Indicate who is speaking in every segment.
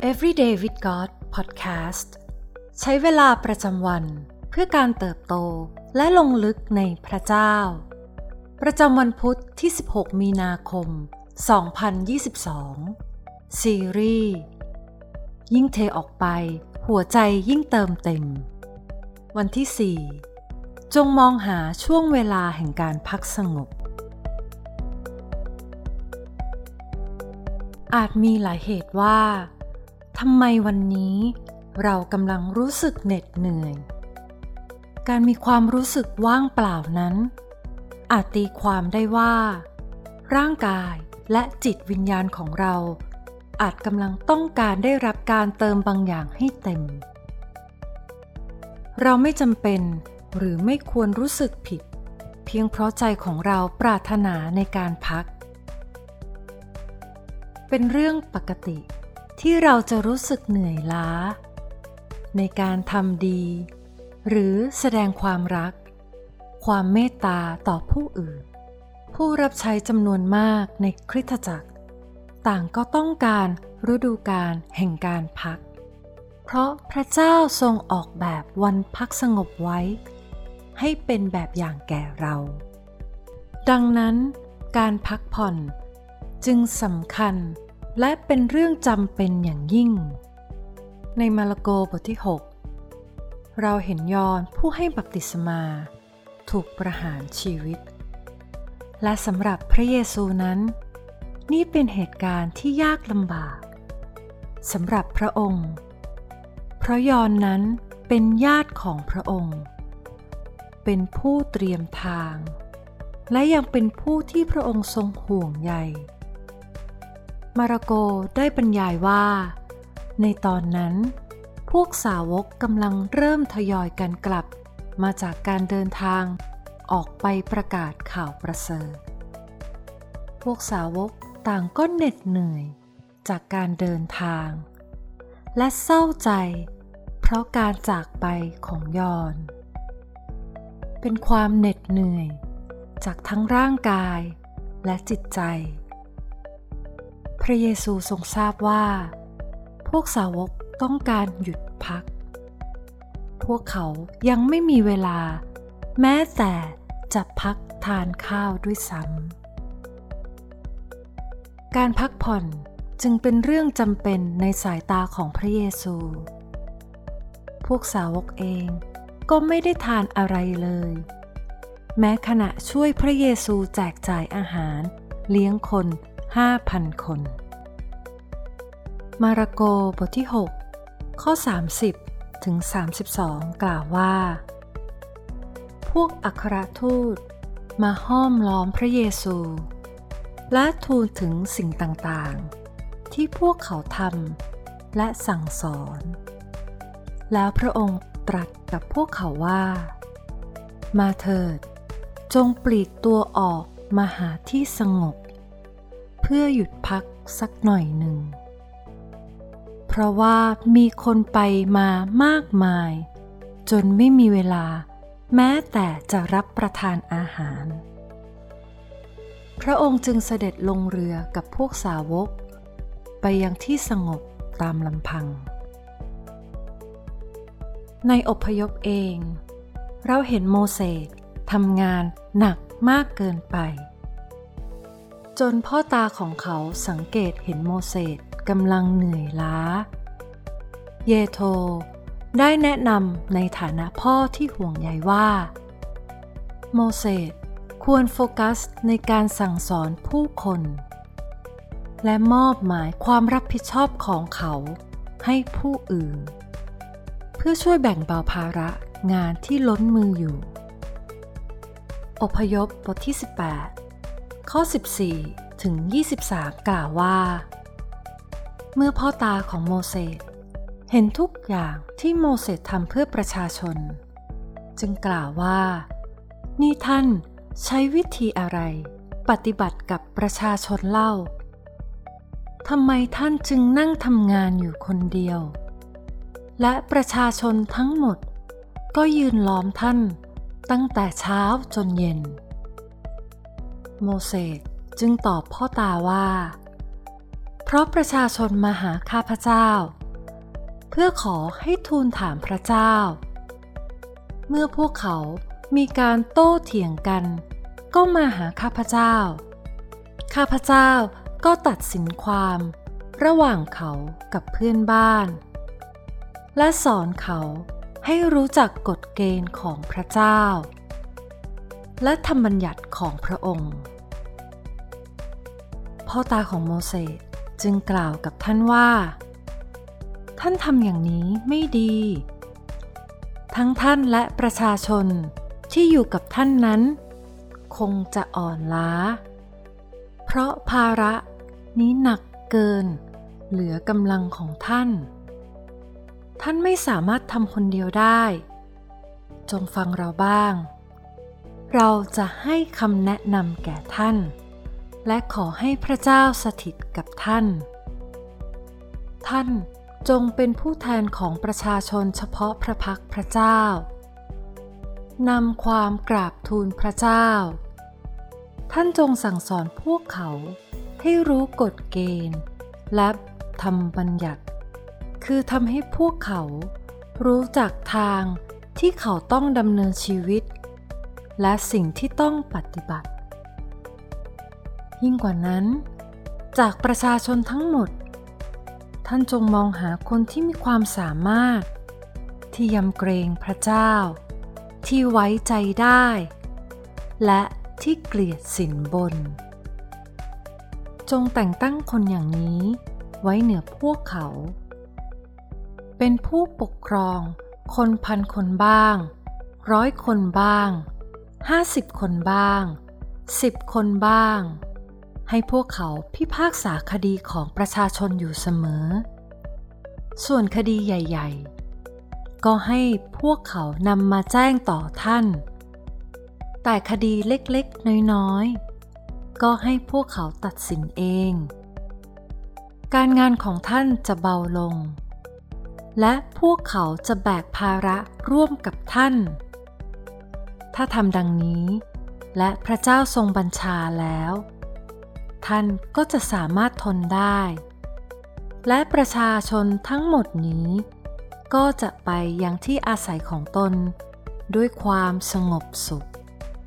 Speaker 1: Everyday with God Podcast ใช้เวลาประจำวันเพื่อการเติบโตและลงลึกในพระเจ้าประจำวันพุธที่16มีนาคม2022ซีรีส์ยิ่งเทออกไปหัวใจยิ่งเติมเต็มวันที่4จงมองหาช่วงเวลาแห่งการพักสงบอาจมีหลายเหตุว่าทำไมวันนี้เรากำลังรู้สึกเหน็ดเหนื่อยการมีความรู้สึกว่างเปล่านั้นอาจตีความได้ว่าร่างกายและจิตวิญญาณของเราอาจกำลังต้องการได้รับการเติมบางอย่างให้เต็มเราไม่จำเป็นหรือไม่ควรรู้สึกผิดเพียงเพราะใจของเราปรารถนาในการพักเป็นเรื่องปกติที่เราจะรู้สึกเหนื่อยล้าในการทำดีหรือแสดงความรักความเมตตาต่อผู้อื่นผู้รับใช้จำนวนมากในคริสตจักรต่างก็ต้องการฤดูกาลแห่งการพักเพราะพระเจ้าทรงออกแบบวันพักสงบไว้ให้เป็นแบบอย่างแก่เราดังนั้นการพักผ่อนจึงสำคัญและเป็นเรื่องจำเป็นอย่างยิ่งในมาระโกบทที่6เราเห็นยอห์นผู้ให้บัพติศมาถูกประหารชีวิตและสำหรับพระเยซูนั้นนี่เป็นเหตุการณ์ที่ยากลำบากสำหรับพระองค์เพราะยอห์นนั้นเป็นญาติของพระองค์เป็นผู้เตรียมทางและยังเป็นผู้ที่พระองค์ทรงห่วงใยมาระโกได้บรรยายว่าในตอนนั้นพวกสาวกกำลังเริ่มทยอยกันกลับมาจากการเดินทางออกไปประกาศข่าวประเสริฐพวกสาวกต่างก็เหน็ดเหนื่อยจากการเดินทางและเศร้าใจเพราะการจากไปของยอห์นเป็นความเหน็ดเหนื่อยจากทั้งร่างกายและจิตใจพระเยซูทรงทราบว่าพวกสาวกต้องการหยุดพักพวกเขายังไม่มีเวลาแม้แต่จะพักทานข้าวด้วยซ้ำการพักผ่อนจึงเป็นเรื่องจำเป็นในสายตาของพระเยซูพวกสาวกเองก็ไม่ได้ทานอะไรเลยแม้ขณะช่วยพระเยซูแจกจ่ายอาหารเลี้ยงคน 5,000 คนมาระโกบทที่6ข้อ30ถึง32กล่าวว่าพวกอัครทูตมาห้อมล้อมพระเยซูและทูลถึงสิ่งต่างๆที่พวกเขาทำและสั่งสอนแล้วพระองค์ตรัสกับพวกเขาว่ามาเถิดจงปลีกตัวออกมาหาที่สงบเพื่อหยุดพักสักหน่อยหนึ่งเพราะว่ามีคนไปมามากมายจนไม่มีเวลาแม้แต่จะรับประทานอาหารพระองค์จึงเสด็จลงเรือกับพวกสาวกไปยังที่สงบตามลำพังในอพยพเองเราเห็นโมเสสทำงานหนักมากเกินไปจนพ่อตาของเขาสังเกตเห็นโมเสสกำลังเหนื่อยล้าเยโธได้แนะนำในฐานะพ่อที่ห่วงใยว่าโมเสสควรโฟกัสในการสั่งสอนผู้คนและมอบหมายความรับผิดชอบของเขาให้ผู้อื่นเพื่อช่วยแบ่งเบาภาระงานที่ล้นมืออยู่อพยพบทที่18ข้อ14ถึง23กล่าวว่าเมื่อพ่อตาของโมเสสเห็นทุกอย่างที่โมเสสทำเพื่อประชาชนจึงกล่าวว่านี่ท่านใช้วิธีอะไรปฏิบัติกับประชาชนเล่าทำไมท่านจึงนั่งทำงานอยู่คนเดียวและประชาชนทั้งหมดก็ยืนล้อมท่านตั้งแต่เช้าจนเย็นโมเสสจึงตอบพ่อตาว่าเพราะประชาชนมาหาข้าพเจ้าพื่อขอให้ทูลถามพระเจ้าเมื่อพวกเขามีการโต้เถียงกันก็มาหาข้าพเจ้าข้าพเจ้าก็ตัดสินความระหว่างเขากับเพื่อนบ้านและสอนเขาให้รู้จักกฎเกณฑ์ของพระเจ้าและธรรมบัญญัติของพระองค์พ่อตาของโมเสสจึงกล่าวกับท่านว่าท่านทำอย่างนี้ไม่ดีทั้งท่านและประชาชนที่อยู่กับท่านนั้นคงจะอ่อนล้าเพราะภาระนี้หนักเกินเหลือกำลังของท่านไม่สามารถทำคนเดียวได้จงฟังเราบ้างเราจะให้คำแนะนำแก่ท่านและขอให้พระเจ้าสถิตกับท่านจงเป็นผู้แทนของประชาชนเฉพาะพระพักพระเจ้านำความกราบทูลพระเจ้าท่านจงสั่งสอนพวกเขาให้รู้กฎเกณฑ์และธรรมบัญญัติคือทำให้พวกเขารู้จักทางที่เขาต้องดำเนินชีวิตและสิ่งที่ต้องปฏิบัติยิ่งกว่านั้นจากประชาชนทั้งหมดท่านจงมองหาคนที่มีความสามารถที่ยำเกรงพระเจ้าที่ไว้ใจได้และที่เกลียดสินบนจงแต่งตั้งคนอย่างนี้ไว้เหนือพวกเขาเป็นผู้ปกครองคน1,000 คนบ้าง100 คนบ้าง50 คนบ้าง10 คนบ้างให้พวกเขาพิพากษาคดีของประชาชนอยู่เสมอส่วนคดีใหญ่ๆก็ให้พวกเขานำมาแจ้งต่อท่านแต่คดีเล็กๆน้อยๆก็ให้พวกเขาตัดสินเองการงานของท่านจะเบาลงและพวกเขาจะแบกภาระร่วมกับท่านถ้าทำดังนี้และพระเจ้าทรงบัญชาแล้วท่านก็จะสามารถทนได้และประชาชนทั้งหมดนี้ก็จะไปยังที่อาศัยของตนด้วยความสงบสุข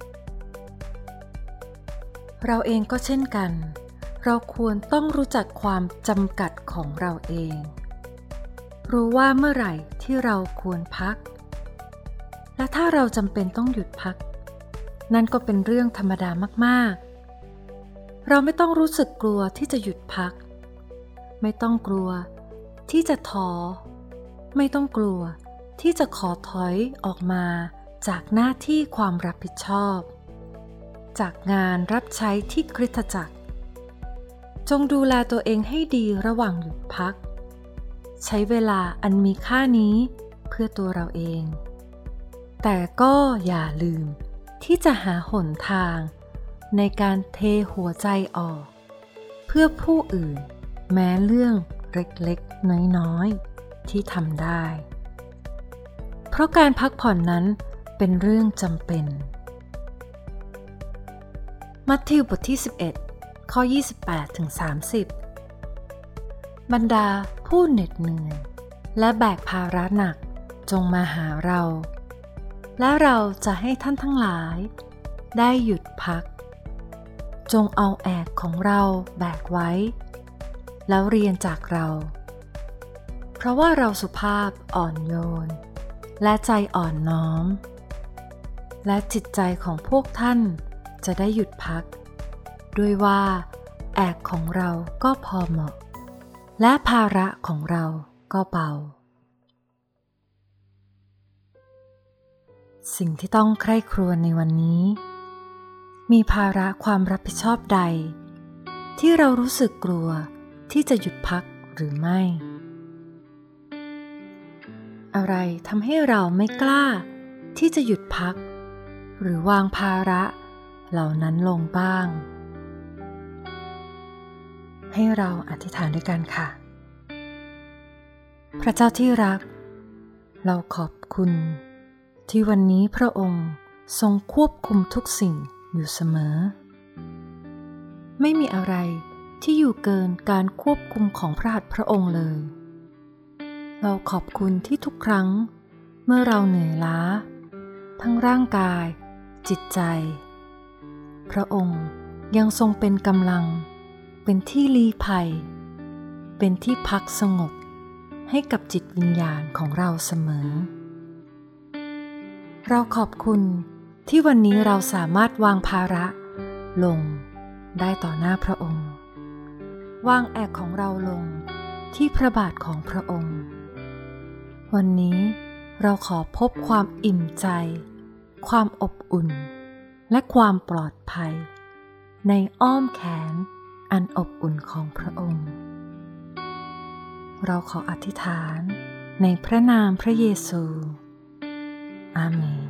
Speaker 1: เราเองก็เช่นกันเราควรต้องรู้จักความจำกัดของเราเองรู้ว่าเมื่อไหร่ที่เราควรพักและถ้าเราจำเป็นต้องหยุดพักนั่นก็เป็นเรื่องธรรมดามากๆเราไม่ต้องรู้สึกกลัวที่จะหยุดพักไม่ต้องกลัวที่จะท้อไม่ต้องกลัวที่จะขอถอยออกมาจากหน้าที่ความรับผิดชอบจากงานรับใช้ที่คริสตจักรจงดูแลตัวเองให้ดีระหว่างหยุดพักใช้เวลาอันมีค่านี้เพื่อตัวเราเองแต่ก็อย่าลืมที่จะหาหนทางในการเทหัวใจออกเพื่อผู้อื่นแม้เรื่องเล็กๆน้อยๆที่ทำได้เพราะการพักผ่อนนั้นเป็นเรื่องจำเป็นมัทธิวบทที่11ข้อ28-30บรรดาผู้เหน็ดเหนื่อยและแบกภาระหนักจงมาหาเราและเราจะให้ท่านทั้งหลายได้หยุดพักจงเอาแอกของเราแบกไว้แล้วเรียนจากเราเพราะว่าเราสุภาพอ่อนโยนและใจอ่อนน้อมและจิตใจของพวกท่านจะได้หยุดพักด้วยว่าแอกของเราก็พอเหมาะและภาระของเราก็เบาสิ่งที่ต้องใคร่ครวญในวันนี้มีภาระความรับผิดชอบใดที่เรารู้สึกกลัวที่จะหยุดพักหรือไม่อะไรทำให้เราไม่กล้าที่จะหยุดพักหรือวางภาระเหล่านั้นลงบ้างให้เราอธิษฐานด้วยกันค่ะพระเจ้าที่รักเราขอบคุณที่วันนี้พระองค์ทรงควบคุมทุกสิ่งอยู่เสมอไม่มีอะไรที่อยู่เกินการควบคุมของพระหัตถ์พระองค์เลยเราขอบคุณที่ทุกครั้งเมื่อเราเหนื่อยล้าทั้งร่างกายจิตใจพระองค์ยังทรงเป็นกำลังเป็นที่ลี้ภัยเป็นที่พักสงบให้กับจิตวิญญาณของเราเสมอเราขอบคุณที่วันนี้เราสามารถวางภาระลงได้ต่อหน้าพระองค์วางแอกของเราลงที่พระบาทของพระองค์วันนี้เราขอพบความอิ่มใจความอบอุ่นและความปลอดภัยในอ้อมแขนอันอบอุ่นของพระองค์เราขออธิษฐานในพระนามพระเยซูอาเมน